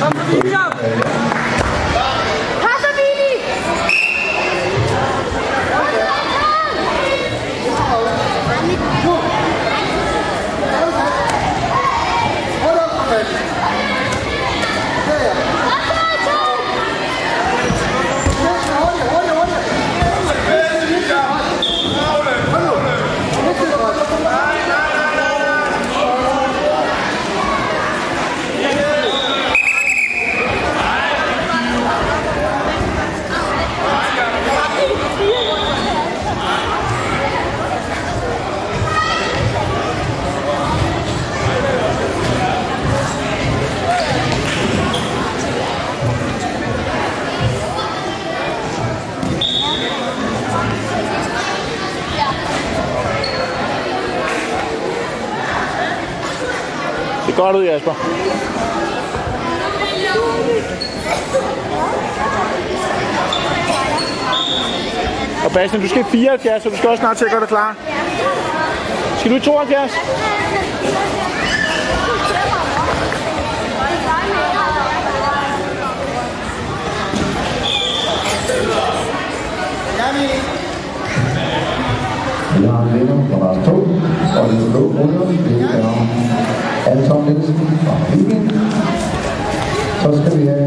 Det er godt ud, Jasper. Og Bastian, du skal 74, så du skal også snart til at gøre dig klar. Skal du i 72? Vi har en vinder fra Lars 2, og det er blå ruller, det er Anton Nielsen fra Viking. Så skal vi have